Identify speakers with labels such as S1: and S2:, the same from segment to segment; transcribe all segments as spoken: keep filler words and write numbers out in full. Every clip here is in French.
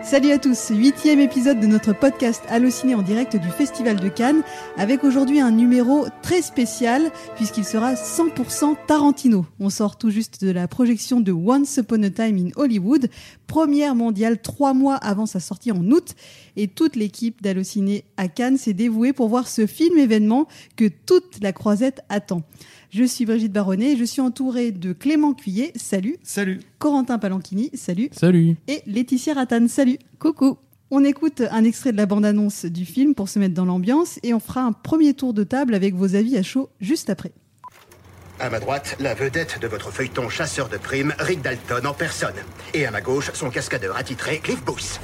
S1: Salut à tous, huitième épisode de notre podcast Allociné en direct du Festival de Cannes, avec aujourd'hui un numéro très spécial puisqu'il sera cent pour cent Tarantino. On sort tout juste de la projection de Once Upon a Time in Hollywood, première mondiale trois mois avant sa sortie en août, et toute l'équipe d'Allociné à Cannes s'est dévouée pour voir ce film événement que toute la croisette attend. Je suis Brigitte Baronnet et je suis entourée de Clément Cuillet, salut.
S2: Salut.
S1: Corentin Palanchini, salut.
S3: Salut.
S1: Et Laetitia Rattan, salut. Coucou. On écoute un extrait de la bande-annonce du film pour se mettre dans l'ambiance et on fera un premier tour de table avec vos avis à chaud juste après.
S4: À ma droite, la vedette de votre feuilleton chasseur de primes, Rick Dalton en personne. Et à ma gauche, son cascadeur attitré, Cliff Booth.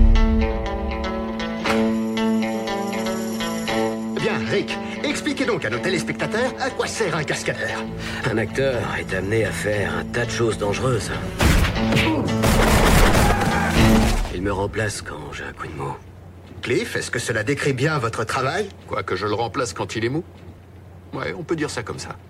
S4: Bien, Rick, expliquez donc à nos téléspectateurs à quoi sert un cascadeur.
S5: Un acteur est amené à faire un tas de choses dangereuses. Il me remplace quand j'ai un coup de mou.
S4: Cliff, est-ce que cela décrit bien votre travail?
S6: Quoi, que je le remplace quand il est mou? Ouais, on peut dire ça comme ça.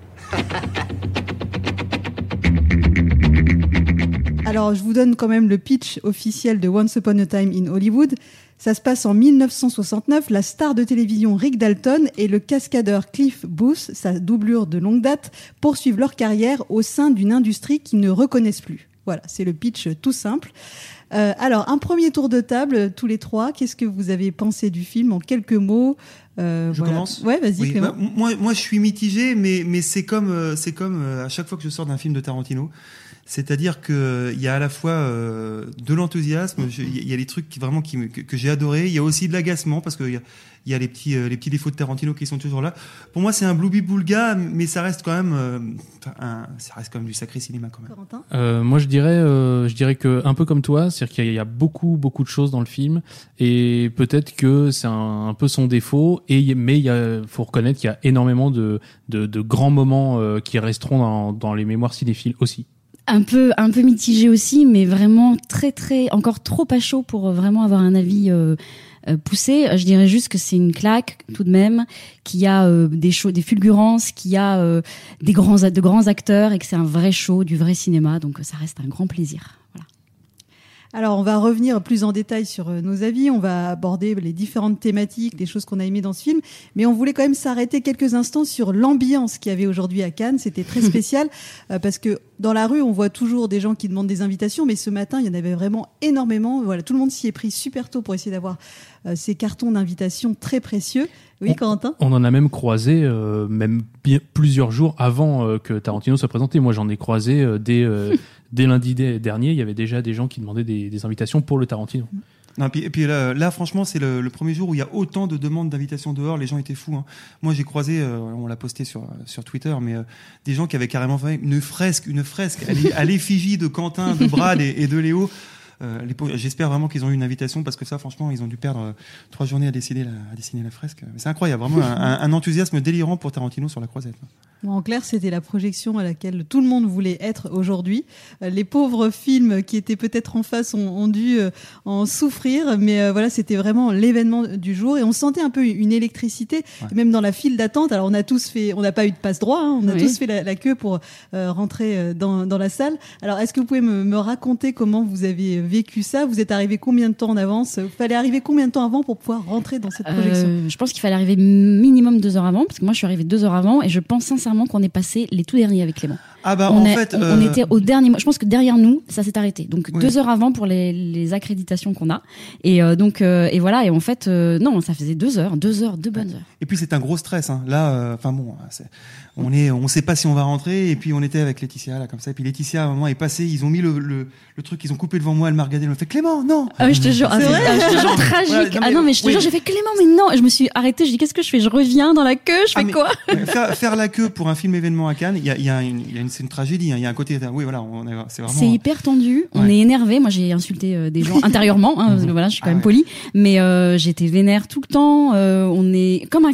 S1: Alors, je vous donne quand même le pitch officiel de Once Upon a Time in Hollywood. Ça se passe en dix-neuf cent soixante-neuf. La star de télévision Rick Dalton et le cascadeur Cliff Booth, sa doublure de longue date, poursuivent leur carrière au sein d'une industrie qu'ils ne reconnaissent plus. Voilà, c'est le pitch tout simple. Euh, alors, un premier tour de table, tous les trois. Qu'est-ce que vous avez pensé du film en quelques mots? Euh,
S2: je
S1: voilà.
S2: commence.
S1: Ouais, vas-y,
S2: oui,
S1: Clément.
S2: bah, moi, moi, je suis mitigé, mais mais c'est comme euh, c'est comme euh, à chaque fois que je sors d'un film de Tarantino. C'est-à-dire que il y a à la fois euh, de l'enthousiasme, il y a des trucs qui, vraiment qui, que, que j'ai adoré. Il y a aussi de l'agacement parce que il y a, il y a les petits euh, les petits défauts de Tarantino qui sont toujours là. Pour moi, c'est un Blooby-Boulga, mais ça reste quand même euh, un, ça reste quand même du sacré cinéma quand même.
S1: Corentin.
S3: Euh, moi, je dirais, euh, je dirais que un peu comme toi, c'est-à-dire qu'il y a beaucoup beaucoup de choses dans le film et peut-être que c'est un, un peu son défaut. Et mais il y a, faut reconnaître qu'il y a énormément de de, de grands moments euh, qui resteront dans, dans les mémoires cinéphiles aussi.
S7: Un peu, un peu mitigé aussi, mais vraiment très, très, encore trop à chaud pour vraiment avoir un avis euh, euh, poussé. Je dirais juste que c'est une claque, tout de même, qu'il y a euh, des shows, des fulgurances, qu'il y a euh, des grands, de grands acteurs et que c'est un vrai show, du vrai cinéma. Donc ça reste un grand plaisir. Voilà.
S1: Alors, on va revenir plus en détail sur nos avis. On va aborder les différentes thématiques, les choses qu'on a aimées dans ce film. Mais on voulait quand même s'arrêter quelques instants sur l'ambiance qu'il y avait aujourd'hui à Cannes. C'était très spécial euh, parce que dans la rue, on voit toujours des gens qui demandent des invitations. Mais ce matin, il y en avait vraiment énormément. Voilà, tout le monde s'y est pris super tôt pour essayer d'avoir euh, ces cartons d'invitation très précieux. Oui,
S3: on,
S1: Corentin ?
S3: On en a même croisé euh, même bien, plusieurs jours avant euh, que Tarantino soit présenté. Moi, j'en ai croisé euh, dès... Euh, Dès lundi dernier, il y avait déjà des gens qui demandaient des, des invitations pour le Tarantino.
S2: Non, puis, et puis là, là, franchement, c'est le, le premier jour où il y a autant de demandes d'invitation dehors. Les gens étaient fous. Hein. Moi, j'ai croisé, euh, on l'a posté sur sur Twitter, mais euh, des gens qui avaient carrément fait une fresque, une fresque à l'effigie de Quentin, de Brad et, et de Léo. Euh, les, j'espère vraiment qu'ils ont eu une invitation parce que ça, franchement, ils ont dû perdre euh, trois journées à dessiner la, à dessiner la fresque. Mais c'est incroyable, vraiment un, un, un enthousiasme délirant pour Tarantino sur la croisette.
S1: En clair, c'était la projection à laquelle tout le monde voulait être aujourd'hui. Les pauvres films qui étaient peut-être en face ont, ont dû en souffrir, mais euh, voilà, c'était vraiment l'événement du jour et on sentait un peu une électricité, ouais. Même dans la file d'attente. Alors on a tous fait, on n'a pas eu de passe droit, hein, on a oui. tous fait la, la queue pour euh, rentrer dans, dans la salle. Alors est-ce que vous pouvez me, me raconter comment vous avez vécu ça? Vous êtes arrivé combien de temps en avance? Il fallait arriver combien de temps avant pour pouvoir rentrer dans cette projection?
S7: euh, Je pense qu'il fallait arriver minimum deux heures avant, parce que moi je suis arrivée deux heures avant et je pense sincèrement qu'on est passé les tout derniers avec Clément.
S2: Ah bah
S7: on
S2: en
S7: est,
S2: fait,
S7: on,
S2: euh...
S7: on était au dernier. Je pense que derrière nous, ça s'est arrêté. Donc
S2: oui.
S7: deux heures avant pour les, les accréditations qu'on a. Et euh, donc euh, et voilà. Et en fait, euh, non, ça faisait deux heures, deux heures, deux bonnes
S2: ouais.
S7: heures.
S2: Et puis c'est un gros stress. Hein. Là, enfin euh, bon, c'est, on est, on sait pas si on va rentrer. Et puis on était avec Laetitia là comme ça. Et puis Laetitia à un moment est passée. Ils ont mis le, le, le truc, ils ont coupé devant moi. Elle m'a regardé. Elle m'a fait Clément, non.
S7: Ah, je te jure,
S1: c'est vrai.
S7: Ah, je te jure tragique. Voilà, non, mais, ah non mais je te oui. jure, j'ai fait Clément, mais non. Et je me suis arrêtée. Je dis qu'est-ce que je fais? Je reviens dans la queue. Je fais ah, quoi?
S2: faire, faire la queue pour un film événement à Cannes, il y a, il y a une, il y a une, c'est une tragédie. Hein. Il y a un côté, oui voilà, on est, c'est vraiment.
S7: C'est hyper tendu. On ouais. est énervé. Moi, j'ai insulté euh, des gens intérieurement. Hein, parce que voilà, je suis quand ah, même
S2: ouais.
S7: polie. Mais euh, j'étais vénère tout le temps. Euh, on est comme un,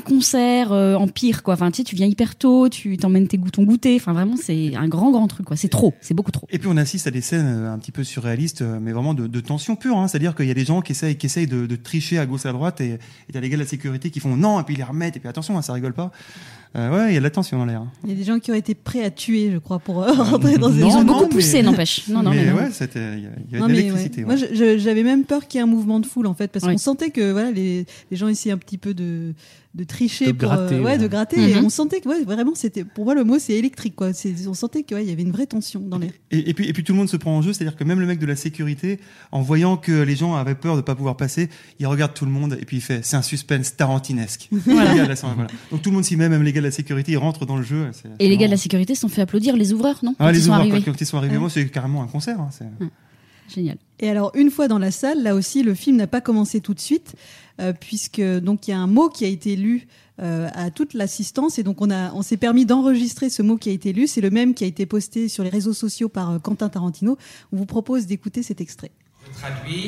S7: concert euh, en pire, quoi. Enfin, tu sais, tu viens hyper tôt, tu t'emmènes tes goûts, ton goûter. Enfin, vraiment, c'est un grand, grand truc, quoi. C'est trop, c'est beaucoup trop.
S2: Et puis on assiste à des scènes un petit peu surréalistes, mais vraiment de, de tension pure. Hein. C'est-à-dire qu'il y a des gens qui essayent, qui essayent de, de tricher à gauche à droite, et il y a les gars de la sécurité qui font non, et puis ils les remettent, et puis attention, hein, ça rigole pas. Euh, ouais, il y a de la tension dans l'air.
S1: Il y a des gens qui auraient été prêts à tuer, je crois, pour euh, rentrer dans ces
S7: Ils ont
S2: non,
S7: beaucoup
S2: mais...
S7: poussé, n'empêche. Non, non,
S2: mais,
S7: mais non.
S2: ouais, c'était, il y avait
S1: non,
S2: de
S1: mais
S2: l'électricité.
S1: ouais.
S2: Ouais.
S1: Moi, je, je, j'avais même peur qu'il y ait un mouvement de foule, en fait, parce
S7: Ouais.
S1: qu'on sentait que voilà, les, les gens essayaient un petit peu de, de tricher,
S3: De
S1: pour,
S3: gratter,
S1: euh, ouais,
S3: ouais.
S1: de gratter,
S7: Mm-hmm.
S1: et on sentait que ouais, vraiment, c'était, pour moi, le mot, c'est électrique, quoi. C'est, on sentait qu'il ouais, y avait une vraie tension dans l'air.
S2: Et, et puis, et puis tout le monde se prend en jeu, c'est-à-dire que même le mec de la sécurité, en voyant que les gens avaient peur de pas pouvoir passer, il regarde tout le monde et puis il fait, c'est un suspense tarantinesque.
S7: Voilà.
S2: Les gars de la- voilà. Donc tout le monde s'y met, même les gars de la sécurité, ils rentrent dans le jeu. C'est,
S7: Et les gars de la
S2: marrant.
S7: sécurité se sont fait applaudir, les ouvreurs, non?
S2: Ah,
S7: Quand
S2: les
S7: ils sont
S2: ouvreurs,
S7: arrivés.
S2: quand, quand ils sont arrivés,
S1: Ouais.
S2: moi, c'est carrément un concert. Hein, c'est...
S7: Génial.
S1: Et alors, une fois dans la salle, là aussi, le film n'a pas commencé tout de suite, euh, puisque donc il y a un mot qui a été lu euh, à toute l'assistance, et donc on a, on s'est permis d'enregistrer ce mot qui a été lu. C'est le même qui a été posté sur les réseaux sociaux par euh, Quentin Tarantino. On vous propose d'écouter cet extrait.
S8: Je traduis.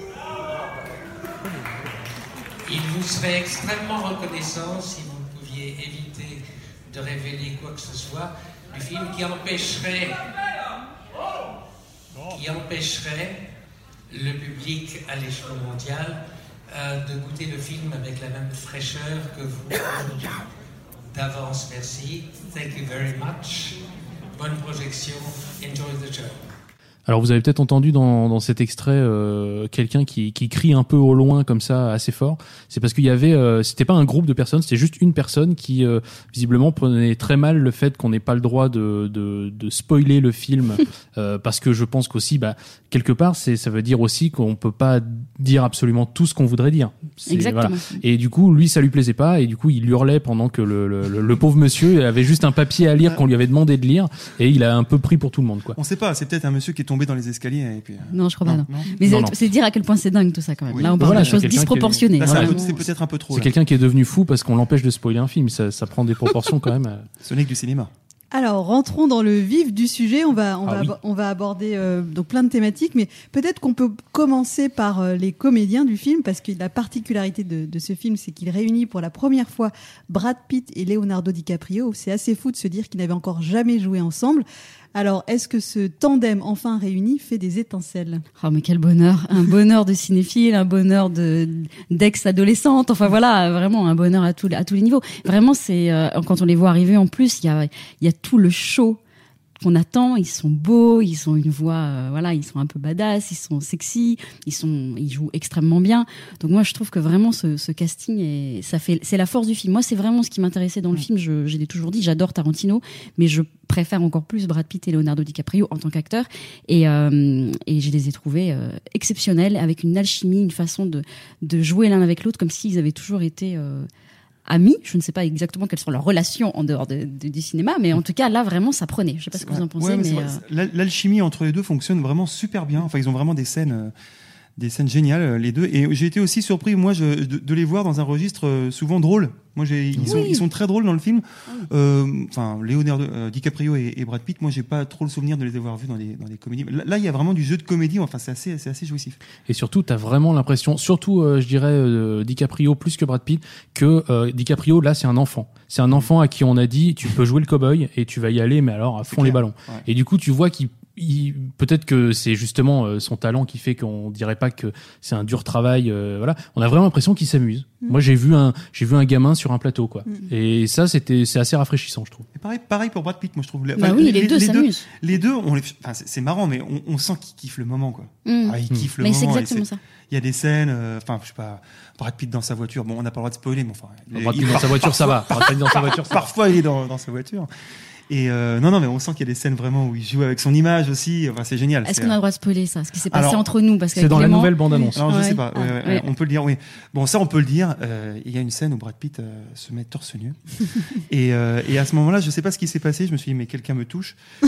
S8: Il vous serait extrêmement reconnaissant si vous pouviez éviter de révéler quoi que ce soit du film qui empêcherait, qui empêcherait le public à l'échelon mondial euh, de goûter le film avec la même fraîcheur que vous. D'avance, merci. Thank you very much. Bonne projection. Enjoy the show.
S3: Alors vous avez peut-être entendu dans, dans cet extrait euh, quelqu'un qui, qui crie un peu au loin comme ça assez fort. C'est parce qu'il y avait, euh, c'était pas un groupe de personnes, c'était juste une personne qui euh, visiblement prenait très mal le fait qu'on n'ait pas le droit de, de, de spoiler le film euh, parce que je pense qu'aussi, bah, quelque part, c'est, ça veut dire aussi qu'on peut pas dire absolument tout ce qu'on voudrait dire. C'est,
S7: Exactement.
S3: voilà. Et du coup, lui, ça lui plaisait pas et du coup, il hurlait pendant que le, le, le, le pauvre monsieur avait juste un papier à lire qu'on lui avait demandé de lire et il a un peu pris pour tout le monde, quoi.
S2: On sait pas, c'est peut-être un monsieur qui est tombé dans les escaliers et puis. euh,
S7: Non, je crois pas, non.
S2: non.
S7: Mais
S3: Non,
S7: c'est,
S3: non.
S7: c'est dire à quel point c'est dingue tout ça quand même.
S2: Oui.
S7: Là, on parle
S3: Voilà,
S7: de
S3: c'est
S7: choses
S3: quelqu'un qui est-
S7: disproportionnées.
S2: Là, c'est, un
S7: Vraiment.
S2: peu- c'est peut-être un peu trop.
S3: C'est
S2: là.
S3: quelqu'un qui est devenu fou parce qu'on l'empêche de spoiler un film. Ça, ça prend des proportions quand même. euh.
S2: Ce n'est que du cinéma.
S1: Alors, rentrons dans le vif du sujet. On va, on
S3: Ah
S1: va,
S3: oui.
S1: abo- on va aborder euh, donc plein de thématiques, mais peut-être qu'on peut commencer par euh, les comédiens du film, parce que la particularité de, de ce film, c'est qu'il réunit pour la première fois Brad Pitt et Leonardo DiCaprio. C'est assez fou de se dire qu'ils n'avaient encore jamais joué ensemble. Alors, est-ce que ce tandem enfin réuni fait des étincelles ?
S7: Oh mais quel bonheur, un bonheur de cinéphile, un bonheur de d'ex-adolescente, enfin voilà, vraiment un bonheur à tous à tous les niveaux. Vraiment c'est euh, quand on les voit arriver en plus, il y a il y a tout le show qu'on attend, ils sont beaux, ils ont une voix euh, voilà, ils sont un peu badass, ils sont sexy, ils sont ils jouent extrêmement bien. Donc moi je trouve que vraiment ce, ce casting est ça fait c'est la force du film. Moi c'est vraiment ce qui m'intéressait dans le film, je je l'ai toujours dit, j'adore Tarantino, mais je préfère encore plus Brad Pitt et Leonardo DiCaprio en tant qu'acteurs et euh, et je les ai trouvés euh, exceptionnels, avec une alchimie, une façon de de jouer l'un avec l'autre comme s'ils avaient toujours été euh, amis. Je ne sais pas exactement quelles sont leurs relations en dehors de, de, du cinéma, mais en tout cas là vraiment ça prenait. Je sais pas ce que vous en pensez,
S2: Ouais,
S7: mais,
S2: c'est vrai.
S7: euh,
S2: L'al- l'alchimie entre les deux fonctionne vraiment super bien. Enfin, ils ont vraiment des scènes, euh, des scènes géniales euh, les deux. Et j'ai été aussi surpris, moi, je, de, de les voir dans un registre euh, souvent drôle. Moi, j'ai, ils,
S7: Oui.
S2: sont, ils sont très drôles dans le film. Euh, Enfin, Leonardo euh, DiCaprio et, et Brad Pitt, moi, j'ai pas trop le souvenir de les avoir vus dans des dans des comédies. Là, là, il y a vraiment du jeu de comédie. Enfin, c'est assez, c'est assez jouissif.
S3: Et surtout, t'as vraiment l'impression, surtout, euh, je dirais, euh, DiCaprio plus que Brad Pitt, que euh, DiCaprio, là, c'est un enfant. C'est un enfant à qui on a dit, tu peux jouer le cow-boy et tu vas y aller, mais alors à fond
S2: clair.
S3: les ballons.
S2: Ouais.
S3: Et du coup, tu vois qu'il il- peut-être que c'est justement euh, son talent qui fait qu'on dirait pas que c'est un dur travail. euh, voilà, on a vraiment l'impression qu'il s'amuse.
S1: Mm.
S3: Moi, j'ai vu un, j'ai vu un gamin sur un plateau, quoi.
S1: Mm.
S3: Et ça, c'était, c'est assez rafraîchissant, je trouve.
S2: Et pareil, pareil pour Brad Pitt, moi, je trouve.
S7: bah
S2: Enfin,
S7: oui, les, deux
S2: deux,
S7: s'amusent.
S2: les deux, on les, enfin, c'est, c'est marrant, mais on, on sent qu'ils kiffent le moment, quoi.
S7: Mm.
S2: Ah, ils kiffent le
S7: Mais c'est
S2: moment. et
S7: exactement
S2: c'est-
S7: ça.
S2: Il y a des scènes, euh, enfin, je sais pas, Brad Pitt dans sa voiture. Bon, on n'a pas le droit de spoiler, mais enfin.
S3: Brad
S2: il-
S3: Pitt dans sa voiture, ça va. Brad Pitt dans sa voiture, ça va.
S2: Parfois, il est dans, dans sa voiture. Et euh, non, non, mais on sent qu'il y a des scènes vraiment où il joue avec son image aussi. Enfin, c'est génial.
S7: Est-ce
S2: C'est-
S7: qu'on a le droit de spoiler ça, ce qui s'est passé
S2: Alors,
S7: entre nous, parce
S3: C'est dans la
S7: Clément,
S3: nouvelle bande-annonce.
S2: Alors, je
S1: Ouais.
S2: sais pas. Ouais,
S7: Ah,
S2: ouais,
S7: ouais.
S2: On peut le dire, oui. Bon, ça, on peut le dire. Euh, Il y a une scène où Brad Pitt euh, se met torse nu. et, euh, et à ce moment-là, je sais pas ce qui s'est passé. Je me suis dit, mais quelqu'un me touche.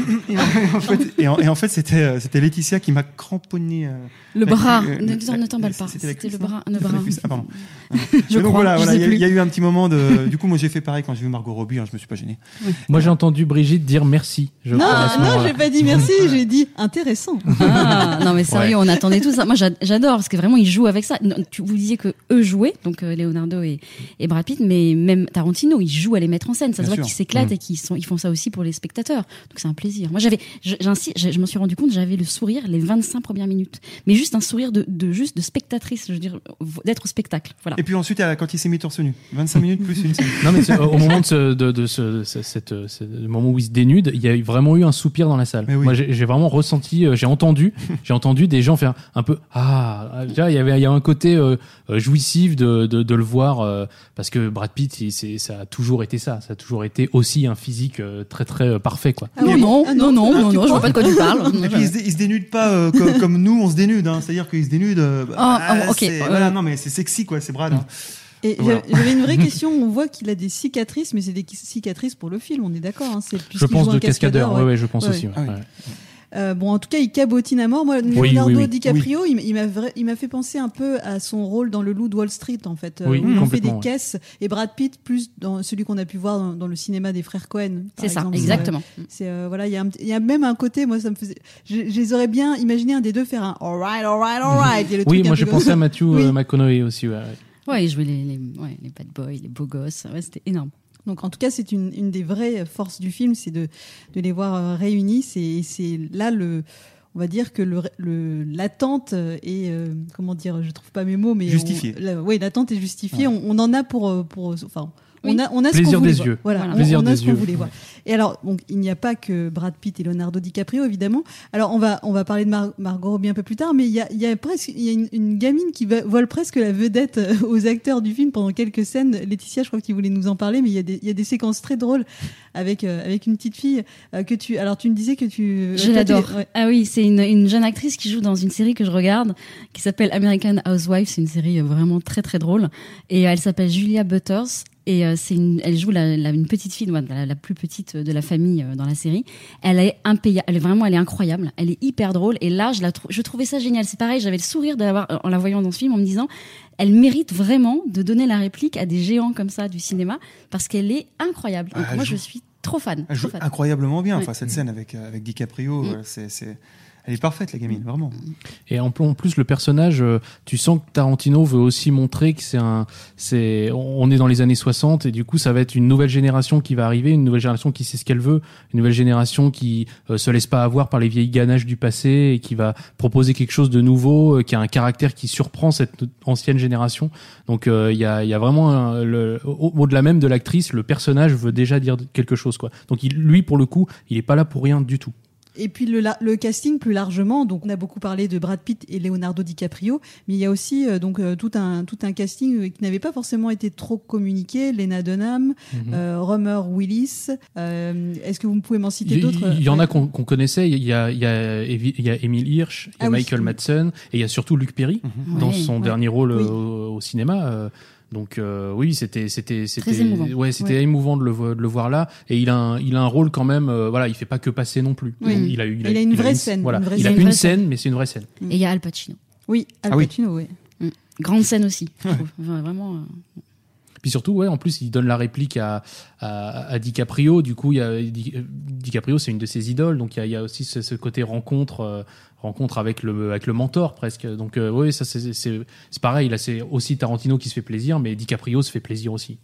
S2: et, en fait, et, en, et en fait, c'était, c'était Laetitia qui m'a cramponné. Euh,
S7: le bras.
S2: Euh,
S7: ne, ne t'emballe pas.
S2: C'était,
S7: c'était
S2: cuisse,
S7: le bras.
S2: Le
S7: bras.
S2: Ah, pardon.
S7: je
S2: donc
S7: crois,
S2: voilà,
S7: je
S2: voilà,
S7: sais
S2: il y,
S7: plus.
S2: y a eu un petit moment de. Du coup, moi, j'ai fait pareil quand j'ai vu Margot Robbie. Hein, je me suis pas gêné.
S7: Oui.
S3: Moi, j'ai entendu Brigitte dire merci. Je
S1: non,
S3: crois,
S1: non, j'ai pas dit merci. J'ai dit intéressant.
S7: Ah, non, mais sérieux,
S3: Ouais.
S7: on attendait tout ça. Moi, j'adore parce que vraiment, ils jouent avec ça. Tu vous disiez que eux jouaient, donc euh, Leonardo et, et Brad Pitt, mais même Tarantino, ils jouent à les mettre en scène. Ça
S2: Bien
S7: se voit
S2: sûr.
S7: qu'ils s'éclatent
S3: Mmh.
S7: et qu'ils sont, ils font ça aussi pour les spectateurs. Donc c'est un plaisir. Moi, j'avais, j'insiste, je, je m'en suis rendu compte, j'avais le sourire les vingt-cinq premières minutes, mais juste un sourire de, de juste de spectatrice, je veux dire, d'être au spectacle. Voilà.
S2: Et puis ensuite, elle a- quand il s'est mis torse nu, vingt-cinq minutes plus une scène.
S3: Non, mais c'est- au moment de ce, de, de ce, ce- cette, ce moment où il se dénude, il y a vraiment eu un soupir dans la salle.
S2: Mais oui.
S3: Moi, j'ai j'ai vraiment ressenti, euh, j'ai entendu, j'ai entendu des gens faire un peu ah. Déjà, il y avait, il y a un côté euh, euh, jouissif de, de, de le voir euh, parce que Brad Pitt, il- c'est, ça a toujours été ça, ça a toujours été aussi un physique euh, très très euh, parfait, quoi.
S1: Ah
S7: non,
S1: oui.
S7: non,
S1: Ah
S7: non, non,
S1: Ah,
S7: non,
S1: tu
S7: non, je vois
S1: crois
S7: pas de quoi tu parles.
S2: Et puis il se, dé- il se dénude pas euh, comme, comme nous on se dénude, hein. C'est-à-dire qu'il se dénude. euh, bah,
S7: Ah, ah, ok.
S2: c'est-
S7: Ouais.
S2: voilà, non mais c'est sexy quoi, c'est Brad. Hein.
S1: Et
S2: Voilà.
S1: j'avais j'avais une vraie question. On voit qu'il a des cicatrices, mais c'est des cicatrices pour le film. On est d'accord. Hein, c'est
S3: Je
S1: puisqu'il
S3: pense
S1: joue un
S3: de cascadeur, ouais, ouais, je pense
S1: Ouais,
S3: aussi.
S1: ouais.
S3: ouais,
S2: Ah oui.
S3: ouais.
S1: Euh, bon, en tout cas, il cabotine à mort. Moi,
S3: Oui,
S1: Leonardo
S3: oui, oui.
S1: DiCaprio, il, m- il m'a vra- il m'a fait penser un peu à son rôle dans Le Loup de Wall Street, en fait. euh,
S3: Oui,
S1: où il en fait
S3: complètement,
S1: des
S3: ouais.
S1: caisses. Et Brad Pitt, plus dans celui qu'on a pu voir dans, dans le cinéma des frères Cohen. par
S7: C'est ça,
S1: exemple.
S7: exactement.
S1: C'est euh, voilà, il y a un petit- il y a même un côté, moi, ça me faisait. Je, je les aurais bien imaginé un des deux faire un all right, all right, all right. Et le
S3: Oui,
S1: truc un
S3: moi
S1: peu
S3: je
S1: comme
S3: pensais
S1: ça.
S3: à Matthew
S1: Oui.
S3: euh, McConaughey aussi. Ouais, ouais.
S7: Ouais, ils jouaient les, les, ouais, les bad boys, les beaux gosses. Ouais, c'était énorme.
S1: Donc en tout cas, c'est une, une des vraies forces du film, c'est de, de les voir euh, réunis. C'est, c'est là le, on va dire que le, le, l'attente est, euh, comment dire, je trouve pas mes mots, mais
S2: Justifiée.
S1: on- la- oui, l'attente est justifiée.
S2: Ouais.
S1: On, on en a pour, euh, pour, enfin.
S7: Oui.
S1: On a, on a ce
S3: Plaisir
S1: qu'on voulait
S3: des
S1: voir.
S3: yeux.
S1: Voilà,
S7: Voilà.
S1: on-
S3: Plaisir
S1: on a
S3: des
S1: ce qu'on
S3: yeux.
S1: voulait voir. Et alors, donc, il n'y a pas que Brad Pitt et Leonardo DiCaprio, évidemment. Alors, on va, on va parler de Mar- Margot Robbie un peu plus tard, mais il y a, il y a presque, il y a une, une gamine qui va, vole presque la vedette euh, aux acteurs du film pendant quelques scènes. Laetitia, je crois que tu voulais nous en parler, mais il y a des, il y a des séquences très drôles avec, euh, avec une petite fille euh, que tu, alors tu me disais que tu,
S7: Je
S1: toi, tu-
S7: l'adore.
S1: ouais.
S7: Ah oui, c'est une, une jeune actrice qui joue dans une série que je regarde, qui s'appelle American Housewives. C'est une série vraiment très très drôle. Et elle s'appelle Julia Butters. Et euh, c'est une, elle joue la, la, une petite fille, la, la plus petite de la famille euh, dans la série. Elle est impayable, elle est vraiment, elle est incroyable. Elle est hyper drôle. Et là, je la trou- je trouvais ça génial. C'est pareil, j'avais le sourire de l'avoir en la voyant dans ce film, en me disant, elle mérite vraiment de donner la réplique à des géants comme ça du cinéma, parce qu'elle est incroyable. Donc
S2: Ah,
S7: moi,
S2: je-
S7: je suis trop fan.
S2: Elle
S7: Trop
S2: joue
S7: fan.
S2: incroyablement bien.
S7: Ouais.
S2: Enfin cette scène avec euh, avec DiCaprio,
S7: Mm.
S2: euh, c'est c'est elle est parfaite la gamine, vraiment.
S3: Et en pl- en plus, le personnage, euh, tu sens que Tarantino veut aussi montrer que c'est un, c'est, on est dans les années soixante et du coup, ça va être une nouvelle génération qui va arriver, une nouvelle génération qui sait ce qu'elle veut, une nouvelle génération qui euh, se laisse pas avoir par les vieilles ganaches du passé et qui va proposer quelque chose de nouveau, euh, qui a un caractère qui surprend cette ancienne génération. Donc, il euh, y a, il y a vraiment un, le, au- au-delà même de l'actrice, le personnage veut déjà dire quelque chose, quoi. Donc, il, lui, pour le coup, il est pas là pour rien du tout.
S1: Et puis le, la- le casting plus largement, donc on a beaucoup parlé de Brad Pitt et Leonardo DiCaprio, mais il y a aussi euh, donc euh, tout un tout un casting euh, qui n'avait pas forcément été trop communiqué. Lena Dunham,
S3: Mhm.
S1: euh, Romer Willis. Euh, Est-ce que vous pouvez m'en citer
S3: Il,
S1: d'autres
S3: il y en a
S1: Ouais.
S3: qu'on qu'on connaissait. Il y a, il y a, Evi- il y a Emile Hirsch, il y a
S1: Ah oui.
S3: Michael Madsen, et il y a surtout Luc Perry
S2: Mhm.
S3: dans
S7: Ouais,
S3: son
S1: ouais.
S3: dernier rôle
S1: Oui.
S3: au, au cinéma. euh, Donc euh, oui, c'était c'était c'était
S7: émouvant.
S3: ouais, c'était
S1: Ouais.
S3: émouvant de le, vo- de le voir là. Et il a un, il a un rôle quand même. euh, voilà, il fait pas que passer non plus.
S1: Oui.
S3: Il a eu
S1: Il a une vraie scène,
S3: Voilà,
S1: une vraie
S3: il a
S7: scène.
S3: une
S7: Une vraie
S3: scène, mais c'est une vraie scène.
S7: Et il y a Al Pacino.
S1: Oui, Al
S2: Ah oui.
S1: Pacino, oui.
S7: Grande scène aussi, je trouve. Enfin, vraiment. euh,
S3: Puis surtout, ouais, en plus, il donne la réplique à, à, à DiCaprio. Du coup, il y a, Di- DiCaprio, c'est une de ses idoles. Donc, il y a, il y a aussi ce, ce côté rencontre, euh, rencontre avec le, avec le mentor, presque. Donc, euh, oui, ça, c'est, c'est, c'est pareil. Là, c'est aussi Tarantino qui se fait plaisir, mais DiCaprio se fait plaisir aussi.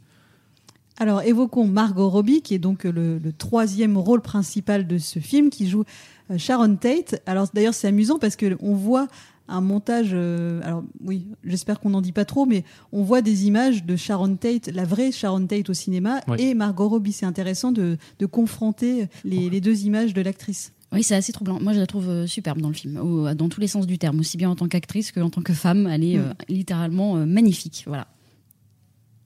S1: Alors évoquons Margot Robbie, qui est donc le, le troisième rôle principal de ce film, qui joue euh, Sharon Tate. Alors d'ailleurs, c'est amusant parce que on voit un montage, euh, alors oui, j'espère qu'on n'en dit pas trop, mais on voit des images de Sharon Tate, la vraie Sharon Tate au cinéma,
S3: Oui.
S1: et Margot Robbie. C'est intéressant de, de confronter les, les deux images de l'actrice.
S7: Oui, c'est assez troublant. Moi, je la trouve euh, superbe dans le film, au- dans tous les sens du terme, aussi bien en tant qu'actrice que en tant que femme. Elle est
S1: Mm.
S7: euh, littéralement euh, magnifique. Voilà.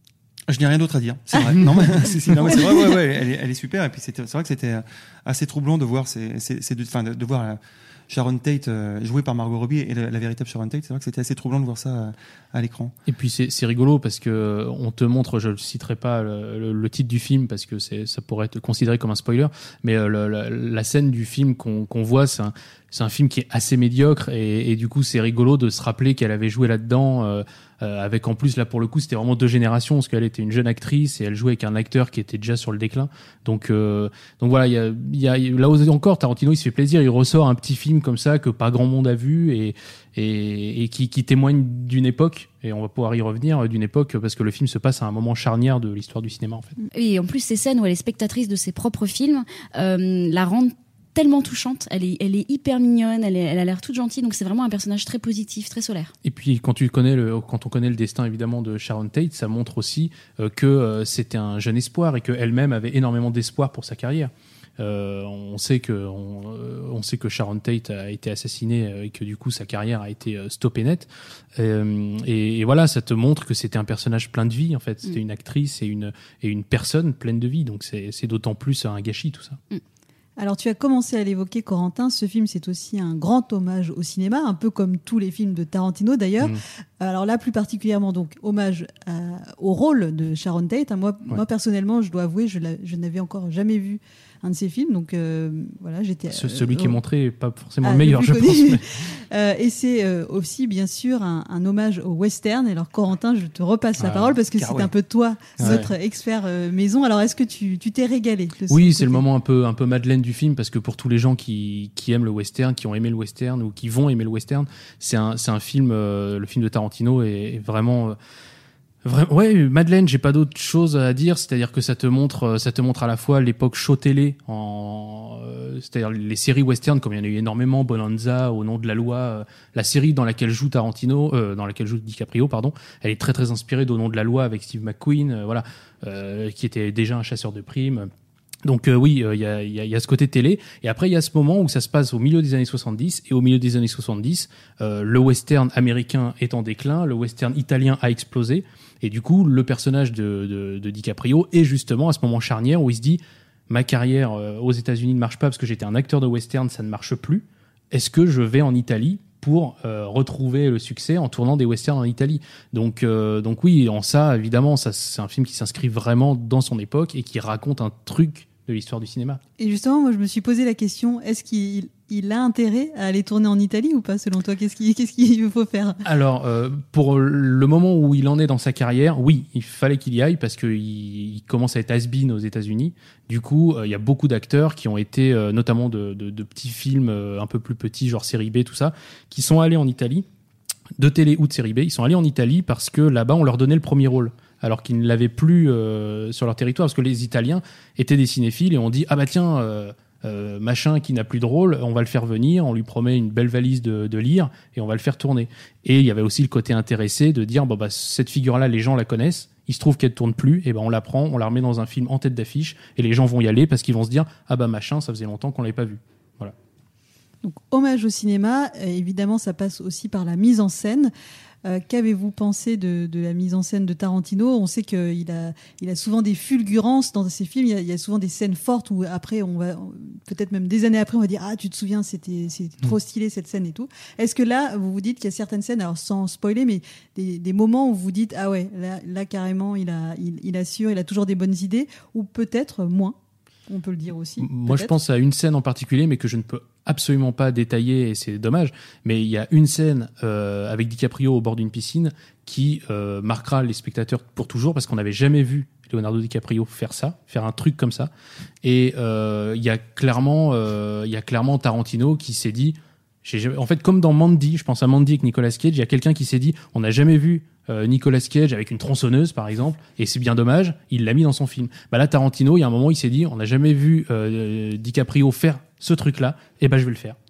S2: Je n'ai rien d'autre à dire. C'est vrai. non, mais, c'est, c'est, non, mais c'est vrai. Ouais, ouais, elle est, elle est super. Et puis c'était, c'est vrai que c'était assez troublant de voir ces, ces, ces deux, enfin, de, de voir. La, Sharon Tate, euh, jouée par Margot Robbie, et la, la véritable Sharon Tate, c'est vrai que c'était assez troublant de voir ça à, à l'écran.
S3: Et puis c'est, c'est rigolo parce que on te montre, je ne citerai pas le, le, le titre du film parce que c'est, ça pourrait être considéré comme un spoiler, mais euh, le, la, la scène du film qu'on, qu'on voit, c'est un, c'est un film qui est assez médiocre et, et du coup c'est rigolo de se rappeler qu'elle avait joué là-dedans. Euh, Euh, avec en plus là pour le coup c'était vraiment deux générations parce qu'elle était une jeune actrice et elle jouait avec un acteur qui était déjà sur le déclin, donc euh, donc voilà, il y a, y a là encore Tarantino il se fait plaisir, il ressort un petit film comme ça que pas grand monde a vu et et, et qui, qui témoigne d'une époque, et on va pouvoir y revenir, d'une époque parce que le film se passe à un moment charnière de l'histoire du cinéma en fait.
S7: Et en plus ces scènes où elle est spectatrice de ses propres films euh, la rendent tellement touchante, elle est, elle est hyper mignonne, elle, est, elle a l'air toute gentille, donc c'est vraiment un personnage très positif, très solaire.
S3: Et puis quand tu connais le, quand on connaît le destin évidemment de Sharon Tate, ça montre aussi euh, que euh, c'était un jeune espoir et qu'elle-même avait énormément d'espoir pour sa carrière. Euh, on sait que on, on sait que Sharon Tate a été assassinée et que du coup sa carrière a été stoppée net. Euh, et, et voilà, ça te montre que c'était un personnage plein de vie en fait. C'était mm. une actrice et une et une personne pleine de vie. Donc c'est, c'est d'autant plus un gâchis tout ça.
S1: Mm. Alors tu as commencé à l'évoquer, Corentin, ce film c'est aussi un grand hommage au cinéma, un peu comme tous les films de Tarantino d'ailleurs. Mmh. Alors là plus particulièrement donc hommage à, au rôle de Sharon Tate. Moi, ouais. moi personnellement je dois avouer je, je n'avais encore jamais vu un de ces films, donc euh, voilà j'étais.
S3: Ce, celui euh, qui est montré n'est pas forcément
S1: ah,
S3: le meilleur, je
S1: connu.
S3: pense. Mais...
S1: euh, et c'est euh, aussi bien sûr un, un hommage au western. Et alors Corentin, je te repasse ah, la parole parce que c'est ouais. un peu toi ouais. notre expert euh, maison. Alors est-ce que tu, tu t'es régalé de
S3: Oui,
S1: côté?
S3: C'est le moment un peu un peu Madeleine du film parce que pour tous les gens qui qui aiment le western, qui ont aimé le western ou qui vont aimer le western, c'est un c'est un film euh, le film de Tarantino est, est vraiment euh, Vraiment, ouais, Madeleine, j'ai pas d'autre chose à dire, c'est-à-dire que ça te montre, ça te montre à la fois l'époque show télé, en, euh, c'est-à-dire les séries western, comme il y en a eu énormément, Bonanza, Au nom de la loi, euh, la série dans laquelle joue Tarantino, euh, dans laquelle joue DiCaprio, pardon, elle est très très inspirée d'Au nom de la loi avec Steve McQueen, euh, voilà, euh, qui était déjà un chasseur de primes. Donc euh, oui, il euh, y, a, y, a, y a ce côté télé, et après il y a ce moment où ça se passe au milieu des années soixante-dix, et au milieu des années soixante-dix, euh, le western américain est en déclin, le western italien a explosé, et du coup le personnage de, de, de DiCaprio est justement à ce moment charnière où il se dit ma carrière euh, aux États-Unis ne marche pas parce que j'étais un acteur de western, ça ne marche plus, est-ce que je vais en Italie pour euh, retrouver le succès en tournant des westerns en Italie. Donc, euh, donc oui, en ça, évidemment, ça, c'est un film qui s'inscrit vraiment dans son époque et qui raconte un truc de l'histoire du cinéma.
S1: Et justement, moi, je me suis posé la question, est-ce qu'il il a intérêt à aller tourner en Italie ou pas, selon toi? Qu'est-ce qu'il, qu'est-ce qu'il faut faire?
S3: Alors, euh, pour le moment où il en est dans sa carrière, oui, il fallait qu'il y aille parce qu'il il commence à être has-been aux États-Unis. Du coup, il euh, y a beaucoup d'acteurs qui ont été, euh, notamment de, de, de petits films euh, un peu plus petits, genre série B, tout ça, qui sont allés en Italie, de télé ou de série B. Ils sont allés en Italie parce que là-bas, on leur donnait le premier rôle, alors qu'ils ne l'avaient plus euh, sur leur territoire, parce que les Italiens étaient des cinéphiles et on dit « Ah bah tiens, euh, euh, machin qui n'a plus de rôle, on va le faire venir, on lui promet une belle valise de, de lire et on va le faire tourner. » Et il y avait aussi le côté intéressé de dire bon, bah, « Cette figure-là, les gens la connaissent, il se trouve qu'elle ne tourne plus, et ben on la prend, on la remet dans un film en tête d'affiche et les gens vont y aller parce qu'ils vont se dire « Ah bah machin, ça faisait longtemps qu'on ne l'avait pas vu. » Voilà.
S1: Donc, hommage au cinéma, évidemment, ça passe aussi par la mise en scène. Euh, qu'avez-vous pensé de, de la mise en scène de Tarantino? On sait qu'il a, il a souvent des fulgurances dans ses films. Il y a, il y a souvent des scènes fortes où après, on va, peut-être même des années après, on va dire ah tu te souviens, c'était, c'était trop stylé cette scène et tout. Est-ce que là, vous vous dites qu'il y a certaines scènes, alors sans spoiler, mais des, des moments où vous vous dites ah ouais, là, là carrément, il a, il, il assure, il a toujours des bonnes idées, ou peut-être moins. On peut le dire aussi.
S3: Moi,
S1: peut-être.
S3: Je pense à une scène en particulier, mais que je ne peux absolument pas détailler, et c'est dommage. Mais il y a une scène euh, avec DiCaprio au bord d'une piscine qui euh, marquera les spectateurs pour toujours, parce qu'on n'avait jamais vu Leonardo DiCaprio faire ça, faire un truc comme ça. Et euh, il y a clairement, euh, il y a clairement Tarantino qui s'est dit, j'ai, en fait, comme dans Mandy, je pense à Mandy avec Nicolas Cage, il y a quelqu'un qui s'est dit, on n'a jamais vu Euh, Nicolas Cage avec une tronçonneuse par exemple, et c'est bien dommage, il l'a mis dans son film. Bah là Tarantino, il y a un moment il s'est dit on n'a jamais vu euh, DiCaprio faire ce truc là, et bah je vais le faire.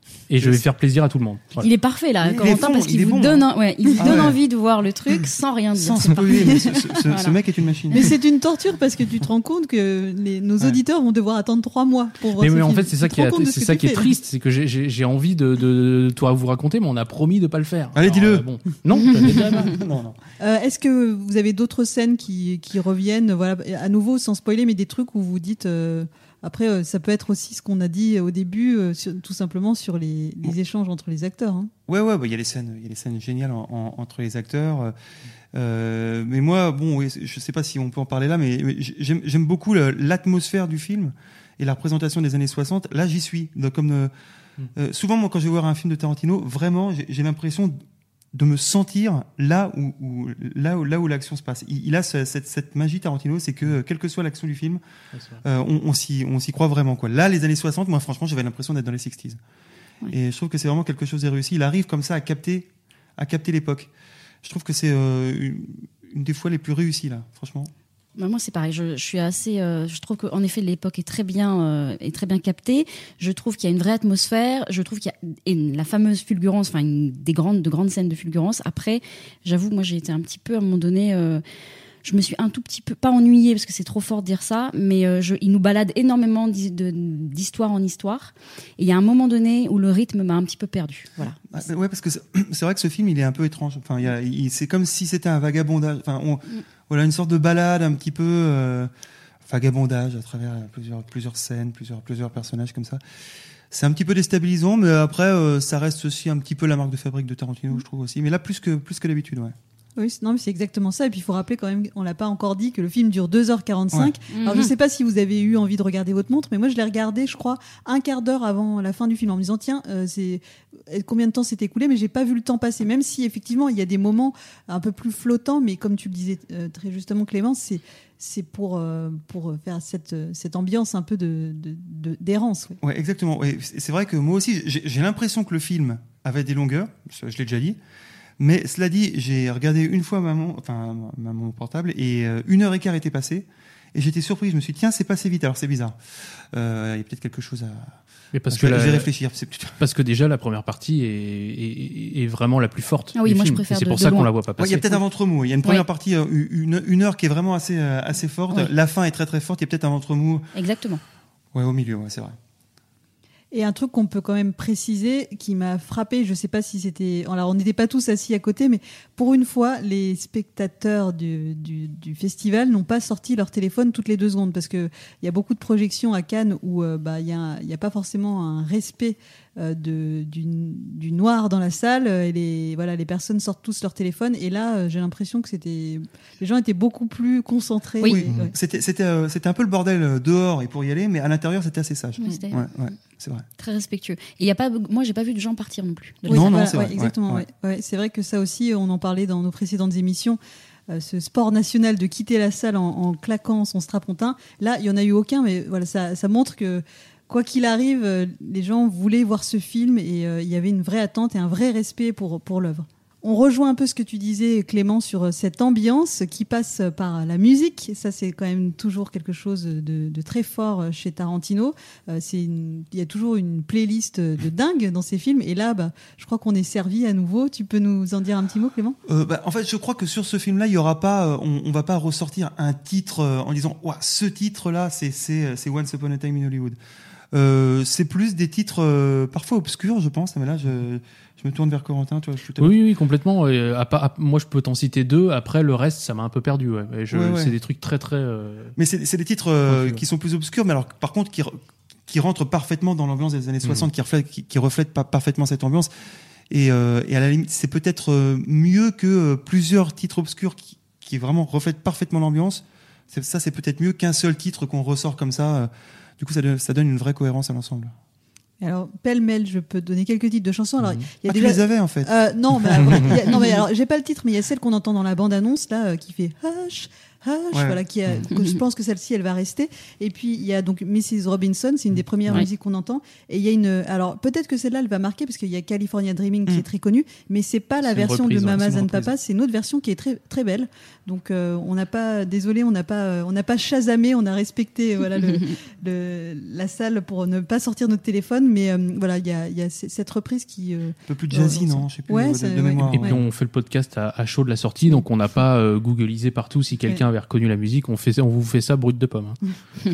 S3: Et je vais faire plaisir à tout le monde. Voilà.
S7: Il est parfait là,
S2: Il est
S7: Corentin,
S2: bon,
S7: parce qu'il
S2: il est
S7: vous
S2: bon,
S7: donne,
S2: hein.
S7: un- ouais, il vous
S2: Ah
S7: donne
S2: ouais.
S7: envie de voir le truc sans rien dire.
S2: Sans
S7: C'est
S2: spoiler, mais ce, ce- ce-
S7: Voilà.
S2: ce mec est une machine.
S1: Mais c'est une torture parce que tu te rends compte que les, nos
S2: Ouais.
S1: auditeurs vont devoir attendre trois mois pour voir
S3: Mais,
S1: ce
S3: mais en
S1: film.
S3: fait, c'est ça
S1: Tu
S3: qui
S1: te
S3: est,
S1: rends compte de ce
S3: c'est
S1: que
S3: ça
S1: tu
S3: qui est
S1: fais, là.
S3: triste, c'est que j'ai, j'ai, j'ai envie de, de, de toi vous raconter, mais on a promis de pas le faire.
S2: Allez,
S3: Alors,
S2: dis-le.
S3: euh, bon. Non, je l'ai déjà là.
S2: non, non.
S1: Euh, Est-ce que vous avez d'autres scènes qui, qui reviennent, voilà, à nouveau sans spoiler, mais des trucs où vous dites. euh, Après, euh, ça peut être aussi ce qu'on a dit au début, euh, sur- tout simplement sur les, les échanges entre les acteurs. Hein.
S2: Ouais, ouais, bah, il y a les scènes, il y a les scènes géniales en- en- entre les acteurs. Euh, mais moi, bon, oui, je sais pas si on peut en parler là, mais, mais j'aime, j'aime beaucoup le- l'atmosphère du film et la représentation des années soixante. Là, j'y suis. Donc, comme euh, euh, souvent, moi, quand je vais voir un film de Tarantino, vraiment, j'ai, j'ai l'impression de me sentir là où, où là où là où l'action se passe. Il, il a ce- cette, cette magie Tarantino, c'est que euh, quelle que soit l'action du film, euh, on, on s'y on s'y croit vraiment quoi. Là, les années soixante, moi, franchement, j'avais l'impression d'être dans les sixties.
S7: Ouais.
S2: Et je trouve que c'est vraiment quelque chose de réussi. Il arrive comme ça à capter à capter l'époque. Je trouve que c'est euh, une, une des fois les plus réussies là, franchement.
S7: Bah, moi, c'est pareil. Je, je suis assez. Euh, je trouve qu'en effet, l'époque est très bien, euh, est très bien captée. Je trouve qu'il y a une vraie atmosphère. Je trouve qu'il y a et la fameuse fulgurance, enfin, une, des grandes, de grandes scènes de fulgurance. Après, j'avoue, moi, j'ai été un petit peu à un moment donné. Euh, je me suis un tout petit peu pas ennuyée parce que c'est trop fort de dire ça, mais euh, je, il nous balade énormément d'hi- de- d'histoire en histoire. Et il y a un moment donné où le rythme m'a un petit peu perdu. Voilà.
S2: Ah, ouais, parce que c'est, c'est vrai que ce film, il est un peu étrange. Enfin, il y a, il- c'est comme si c'était un vagabondage. Enfin, on, voilà, une sorte de balade un petit peu euh, vagabondage à travers plusieurs, plusieurs scènes, plusieurs, plusieurs personnages comme ça. C'est un petit peu déstabilisant, mais après, euh, ça reste aussi un petit peu la marque de fabrique de Tarantino, je trouve aussi. Mais là, plus que, plus que d'habitude, ouais.
S1: Oui, c'est- non, mais c'est exactement ça. Et puis il faut rappeler quand même, on l'a pas encore dit, que le film dure deux heures quarante-cinq.
S7: Ouais.
S1: Alors je
S7: Mhm.
S1: sais pas si vous avez eu envie de regarder votre montre, mais moi je l'ai regardé, je crois, un quart d'heure avant la fin du film en me disant tiens, euh, c'est combien de temps s'est écoulé, mais j'ai pas vu le temps passer. Même si effectivement il y a des moments un peu plus flottants, mais comme tu le disais euh, très justement Clémence, c'est c'est pour euh, pour faire cette cette ambiance un peu de, de, de- d'errance. Ouais.
S2: Ouais, exactement. Ouais, c'est c'est vrai que moi aussi, j'ai, j'ai l'impression que le film avait des longueurs. Je, je l'ai déjà dit. Mais cela dit, j'ai regardé une fois ma mon, enfin, ma, mon portable et euh, une heure et quart était passée. Et j'étais surpris. Je me suis dit, tiens, c'est passé vite. Alors c'est bizarre. Euh, Il y a peut-être quelque chose à.
S3: Mais parce
S2: je
S3: que
S2: vais,
S3: la-
S2: je vais réfléchir. C'est peut-être-
S3: Parce que déjà la première partie est, est, est vraiment la plus forte.
S7: Ah oui,
S3: du
S7: moi, je
S3: film.
S7: préfère
S3: Et c'est
S7: de-
S3: pour
S7: de
S3: ça qu'on
S7: loin.
S3: la voit pas
S2: Ouais,
S3: passer.
S2: il y a peut-être un ventre mou. Il y a une première
S7: Ouais.
S2: partie, euh, une, une heure qui est vraiment assez, euh, assez forte.
S7: Ouais.
S2: La fin est très très forte. Il y a peut-être un ventre mou.
S7: Exactement.
S2: Ouais, au milieu. Ouais, c'est vrai.
S1: Et un truc qu'on peut quand même préciser, qui m'a frappé, je sais pas si c'était, alors on n'était pas tous assis à côté, mais pour une fois, les spectateurs du, du, du festival n'ont pas sorti leur téléphone toutes les deux secondes, parce que il y a beaucoup de projections à Cannes où euh, bah il y a, un- il y a pas forcément un respect euh, de du, du noir dans la salle, et les voilà les personnes sortent tous leur téléphone, et là euh, j'ai l'impression que c'était, les gens étaient beaucoup plus concentrés.
S7: Oui.
S1: Et, ouais.
S2: C'était, c'était, euh, c'était un peu le bordel euh, dehors et pour y aller, mais à l'intérieur, c'était assez sage.
S7: Oui, c'était
S2: Ouais, ouais, c'est vrai.
S7: très respectueux. Et il y a pas, moi, j'ai pas vu de gens partir non plus. de
S1: Oui,
S2: Non, non,
S1: voilà,
S2: c'est
S1: ouais,
S2: vrai.
S1: exactement.
S2: Ouais,
S1: ouais. Ouais, c'est vrai que ça aussi, on en parlait dans nos précédentes émissions. Euh, ce sport national de quitter la salle en, en claquant son strapontin, là, il y en a eu aucun, mais voilà, ça, ça montre que quoi qu'il arrive, euh, les gens voulaient voir ce film et euh, il y avait une vraie attente et un vrai respect pour pour l'œuvre. On rejoint un peu ce que tu disais, Clément, sur cette ambiance qui passe par la musique. Ça, c'est quand même toujours quelque chose de, de très fort chez Tarantino. Euh, c'est une- il y a toujours une playlist de dingue dans ses films. Et là, bah, je crois qu'on est servi à nouveau. Tu peux nous en dire un petit mot, Clément ?
S2: Euh, bah, en fait, je crois que sur ce film-là, il y aura pas, euh, on, on va pas ressortir un titre euh, en disant, ouah, ce titre-là, c'est c'est c'est Once Upon a Time in Hollywood. Euh, c'est plus des titres euh, parfois obscurs, je pense. Mais là, je, je me tourne vers Corentin. Tu vois, je suis tout à
S3: Oui, oui, complètement. Et à part- à- moi, je peux t'en citer deux. Après, le reste, ça m'a un peu perdu. Ouais. Et je,
S2: Ouais, ouais.
S3: C'est des trucs très, très. euh,
S2: Mais c'est c'est des titres euh,
S3: Ouais,
S2: qui sont plus obscurs, mais alors par contre qui re- qui rentrent parfaitement dans l'ambiance des années soixante, qui reflètent qui, qui reflètent pas parfaitement cette ambiance. Et, euh, et à la limite, c'est peut-être euh, mieux que euh, plusieurs titres obscurs qui, qui vraiment reflètent parfaitement l'ambiance. C'est- Ça, c'est peut-être mieux qu'un seul titre qu'on ressort comme ça. euh. Du coup, ça, donne- ça donne une vraie cohérence à l'ensemble.
S1: Alors, pêle-mêle, je peux donner quelques titres de chansons. Alors, il y a
S2: Ah, tu
S1: déjà...
S2: les avais en fait.
S1: Euh, non, mais, il y a- non, mais alors, j'ai pas le titre, mais il y a celle qu'on entend dans la bande-annonce, là, euh, qui fait Hush, Hush,
S2: Ouais.
S1: voilà, qui a, que je pense que celle-ci, elle va rester. Et puis il y a donc missus Robinson, c'est une des premières
S7: Ouais.
S1: musiques qu'on entend. Et il y a une, alors peut-être que celle-là, elle va marquer parce qu'il y a California Dreaming qui
S2: Mm.
S1: est très connue, mais c'est pas la
S3: C'est une
S1: version
S3: reprise,
S1: de
S3: ouais,
S1: Mamas
S2: c'est une
S1: and
S2: reprise.
S1: Papas, c'est une autre version qui est très très belle. Donc euh, on n'a pas, désolé, on n'a pas, euh, on n'a pas chasamé, on a respecté, voilà, le, le, la salle pour ne pas sortir notre téléphone, mais euh, voilà, il y a, il y a c- cette reprise qui. euh,
S2: Un peu plus jazzy,
S1: dans-
S2: non? Je sais plus,
S1: Ouais,
S2: de,
S1: c'est-
S2: de
S1: ouais.
S2: mémoire.
S3: Et
S2: ouais.
S3: puis on fait le podcast à, à chaud de la sortie, donc on n'a pas euh, googlisé partout si quelqu'un avait reconnu la musique. On fait, on vous fait ça brut de pomme. hein.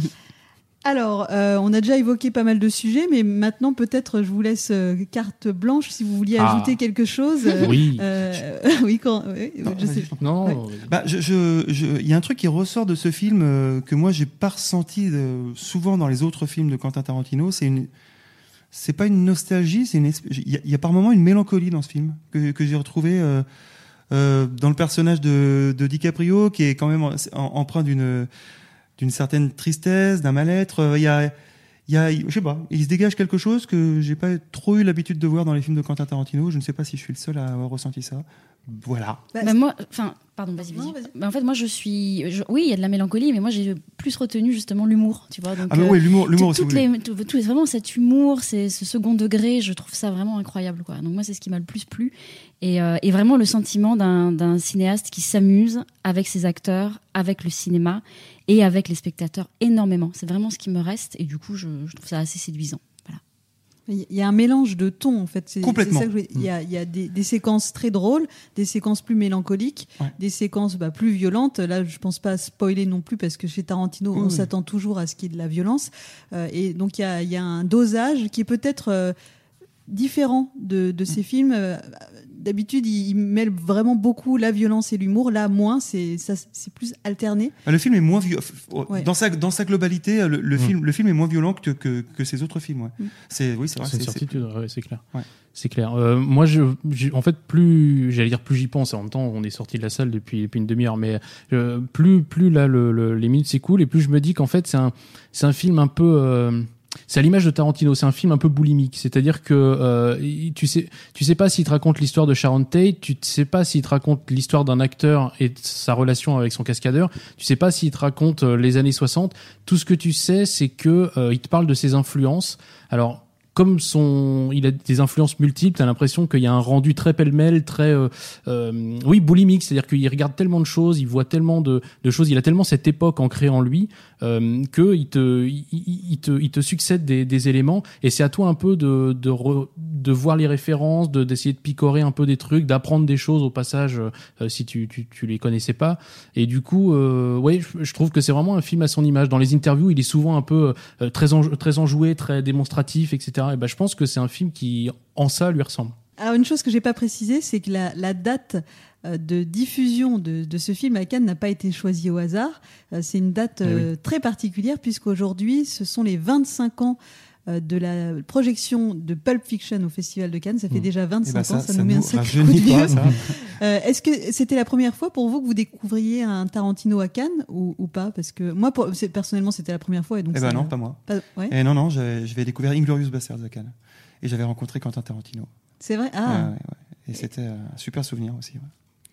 S1: Alors, euh, on a déjà évoqué pas mal de sujets, mais maintenant peut-être je vous laisse euh, carte blanche si vous vouliez
S3: Ah.
S1: ajouter quelque chose. Euh,
S3: Oui.
S1: euh, oui, quand, oui,
S2: Non,
S1: je
S2: vas-y,
S1: sais.
S2: je t'en prie.
S3: Non.
S1: Ouais.
S2: Bah, je, je, je- il y a un truc qui ressort de ce film euh, que moi j'ai pas ressenti euh, souvent dans les autres films de Quentin Tarantino. C'est une, c'est pas une nostalgie, c'est une, esp- il y, a- il y a par moments une mélancolie dans ce film que, que j'ai retrouvé euh, euh, dans le personnage de, de DiCaprio qui est quand même en- en- empreint d'une, d'une certaine tristesse, d'un mal-être. Euh, Il y a, il y a, je sais pas, il se dégage quelque chose que j'ai pas trop eu l'habitude de voir dans les films de Quentin Tarantino. Je ne sais pas si je suis le seul à avoir ressenti ça. Voilà.
S1: Bah,
S7: Bah, moi, enfin, pardon, vas-y, vas-y.
S1: Non, vas-y.
S7: Bah, en fait, moi, je suis, je- oui, il y a de la mélancolie, mais moi, j'ai plus retenu justement l'humour, tu vois. Donc,
S2: Ah mais
S7: euh,
S2: oui, l'humour, l'humour aussi.
S7: toutes
S2: oui.
S7: les, tout, tout- vraiment cet humour, c'est ce second degré, je trouve ça vraiment incroyable, quoi. Donc moi, c'est ce qui m'a le plus plu, et, euh, et vraiment le sentiment d'un d'un cinéaste qui s'amuse avec ses acteurs, avec le cinéma et avec les spectateurs énormément. C'est vraiment ce qui me reste, et du coup, je, je trouve ça assez séduisant. Voilà.
S1: Il y a un mélange de tons en fait. C'est,
S2: Complètement.
S1: c'est ça que je voulais- il y a, il y a des, des séquences très drôles, des séquences plus mélancoliques,
S2: Ouais.
S1: des séquences bah, plus violentes. Là, je pense pas spoiler non plus parce que chez Tarantino,
S2: Oui,
S1: on
S2: oui.
S1: s'attend toujours à ce qu'il y ait de la violence. Euh, et donc il y a, il y a un dosage qui est peut-être euh, différent de, de ces films. Euh, D'habitude, il, il mêle vraiment beaucoup la violence et l'humour. Là, moins, c'est, ça, c'est plus alterné.
S2: Ah, le film est moins violent.
S1: Ouais.
S2: Dans sa, dans sa globalité, le, le
S3: Mm.
S2: film, le film est moins violent que, que, que ces autres films. Ouais.
S1: Mm.
S2: C'est, oui, c'est vrai.
S3: C'est une
S2: c'est- c'est-
S3: certitude, ouais, c'est clair.
S2: Ouais.
S3: C'est clair. Euh, moi, je, je- en fait, plus, j'allais dire plus j'y pense. En même temps, on est sorti de la salle depuis, depuis une demi-heure, mais euh, plus, plus là, le, le- les minutes s'écoulent et plus je me dis qu'en fait, c'est un, c'est un film un peu. Euh, c'est à l'image de Tarantino. C'est un film un peu boulimique. C'est-à-dire que euh, il- tu sais, tu sais pas s'il te raconte l'histoire de Sharon Tate, tu sais pas s'il te raconte l'histoire d'un acteur et de sa relation avec son cascadeur. Tu sais pas s'il te raconte euh, les années soixante. Tout ce que tu sais, c'est que euh, il te parle de ses influences. Alors. Comme son, il a des influences multiples, t'as l'impression qu'il y a un rendu très pêle-mêle, très, euh, euh, oui, boulimique, c'est-à-dire qu'il regarde tellement de choses, il voit tellement de, de choses, il a tellement cette époque ancrée en lui euh, que il te, il, il- il te, il te succède des, des éléments, et c'est à toi un peu de, de, re- de voir les références, de d'essayer de picorer un peu des trucs, d'apprendre des choses au passage euh, si tu, tu, tu les connaissais pas, et du coup, euh, ouais, je, je trouve que c'est vraiment un film à son image. Dans les interviews, il est souvent un peu euh, très, enjou- très enjoué, très démonstratif, et cetera. Et ben, je pense que c'est un film qui, en ça, lui ressemble.
S1: Alors une chose que j'ai pas précisé, c'est que la, la date euh, de diffusion de, de ce film à Cannes n'a pas été choisie au hasard. Euh, C'est une date euh, très particulière puisqu'aujourd'hui, ce sont les vingt-cinq ans euh, de la projection de Pulp Fiction au Festival de Cannes. Ça fait
S3: Mmh.
S1: déjà
S2: Eh
S1: vingt-cinq
S2: ben,
S1: ans,
S2: ça,
S1: ça,
S2: ça
S1: nous met un
S2: nous
S1: sacré coup de
S2: rajeunit
S1: vieux.
S2: pas, ça.
S1: Euh, Est-ce que c'était la première fois pour vous que vous découvriez un Tarantino à Cannes ou, ou pas? Parce que moi, pour- c'est- personnellement, c'était la première fois. Et donc
S2: Eh ben
S1: ça-
S2: non, pas moi.
S1: pas- ouais,
S2: Et non, non, j'avais j'avais découvert Inglourious Basterds à Cannes. Et j'avais rencontré Quentin Tarantino.
S1: c'est vrai. Ah,
S2: Ouais, ouais, ouais. Et c'était un super souvenir aussi. Ouais.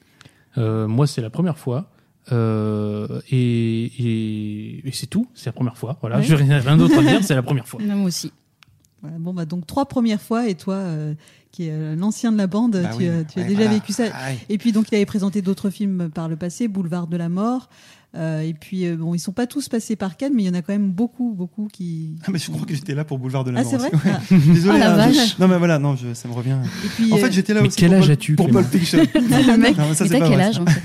S3: Euh, moi, c'est la première fois. Euh, et et, et c'est tout, c'est la première fois. Voilà,
S1: Ouais.
S3: je n'ai rien d'autre à dire, c'est la première fois.
S7: Moi aussi.
S1: voilà. Bon, bah donc trois premières fois. Et toi, euh, qui est euh, l'ancien de la bande,
S2: Bah
S1: tu,
S2: oui.
S1: as- tu as
S2: Ouais,
S1: déjà
S2: voilà.
S1: vécu ça.
S2: Ah, ouais.
S1: Et puis donc il avait présenté d'autres films par le passé, Boulevard de la Mort. Euh, et puis euh, bon, ils sont pas tous passés par Cannes, mais il y en a quand même beaucoup, beaucoup qui.
S2: Ah, mais je crois que j'étais là pour Boulevard de la
S1: Ah,
S2: Mort
S1: c'est vrai.
S2: aussi. Ouais.
S1: Ah.
S2: Désolé.
S7: Oh, la
S2: hein, je-
S7: vache.
S2: Non, mais voilà, non, je- ça me revient.
S1: Et puis,
S2: En
S1: euh,
S2: fait, j'étais là
S3: Mais
S2: aussi
S3: quel
S2: pour
S3: âge
S2: Pulp-
S3: as-tu,
S2: pour
S3: Clément
S2: Pulp Fiction.
S7: Le mec,
S2: Non, mais ça,
S7: mais
S2: c'est
S7: t'as
S2: pas
S7: quel
S2: vrai,
S7: âge
S2: ça.
S7: en fait?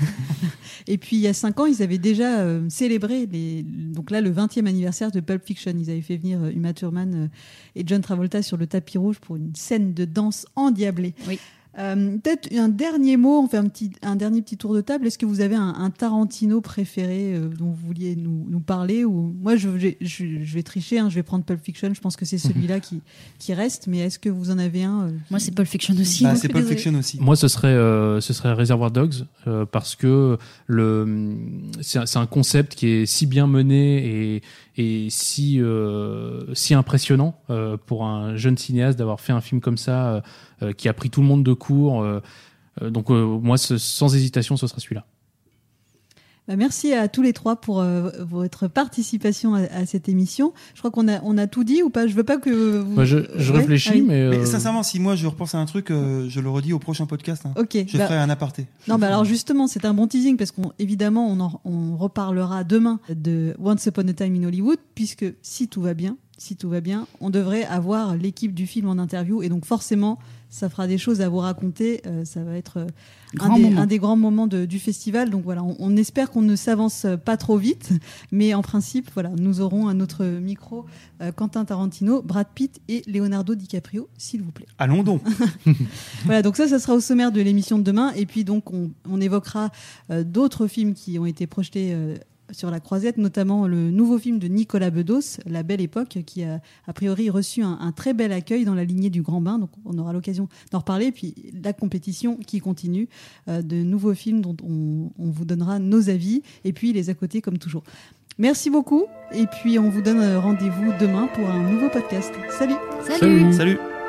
S1: Et puis il y a cinq ans, ils avaient déjà euh, célébré les, donc là le vingtième anniversaire de Pulp Fiction. Ils avaient fait venir euh, Uma Thurman euh, et John Travolta sur le tapis rouge pour une scène de danse endiablée.
S7: Oui.
S1: Euh, peut-être un dernier mot, on fait un petit, un dernier petit tour de table. Est-ce que vous avez un, un Tarantino préféré euh, dont vous vouliez nous, nous parler ou moi je, je, je, je vais tricher, hein, je vais prendre Pulp Fiction. Je pense que c'est celui-là qui, qui reste. Mais est-ce que vous en avez un euh,
S7: Moi, c'est Pulp Fiction aussi.
S2: Bah,
S7: donc
S2: c'est
S7: je suis
S2: Pulp
S7: désolée.
S2: Fiction aussi.
S3: Moi, ce serait, euh, ce serait Reservoir Dogs euh, parce que le, c'est un, c'est un concept qui est si bien mené et, et si, euh, si impressionnant euh, pour un jeune cinéaste d'avoir fait un film comme ça euh, euh, qui a pris tout le monde de court. Euh, euh, donc, euh, moi, ce- sans hésitation, ce sera celui-là.
S1: Euh, merci à tous les trois pour euh, votre participation à, à cette émission. Je crois qu'on a, on a tout dit ou pas? Je veux pas que vous...
S3: Moi, je, je
S1: Ouais.
S3: réfléchis,
S1: Ah oui.
S3: mais, euh,
S2: Mais sincèrement, si moi je repense à un truc, euh, je le redis au prochain podcast. Hein.
S1: Ok.
S2: Je
S1: bah-
S2: ferai un aparté.
S1: Non, bah alors justement, c'est un bon teasing parce qu'on évidemment on, en, on reparlera demain de Once Upon a Time in Hollywood, puisque si tout va bien, si tout va bien, on devrait avoir l'équipe du film en interview et donc forcément ça fera des choses à vous raconter. Euh, ça va être euh, un,
S7: Grand
S1: des,
S7: moment.
S1: un des grands moments de- du festival. Donc voilà, on, on espère qu'on ne s'avance pas trop vite, mais en principe, voilà, nous aurons à notre micro euh, Quentin Tarantino, Brad Pitt et Leonardo DiCaprio, s'il vous plaît.
S2: Allons donc.
S1: Voilà, donc ça, ça sera au sommaire de l'émission de demain. Et puis donc, on, on évoquera euh, d'autres films qui ont été projetés euh, sur la croisette, notamment le nouveau film de Nicolas Bedos, La Belle Époque, qui a a priori reçu un, un très bel accueil dans la lignée du Grand Bain. Donc on aura l'occasion d'en reparler. Et puis la compétition qui continue, euh, de nouveaux films dont on, on vous donnera nos avis. Et puis les à côté, comme toujours. Merci beaucoup. Et puis on vous donne euh, rendez-vous demain pour un nouveau podcast. Salut!
S7: Salut.
S2: Salut.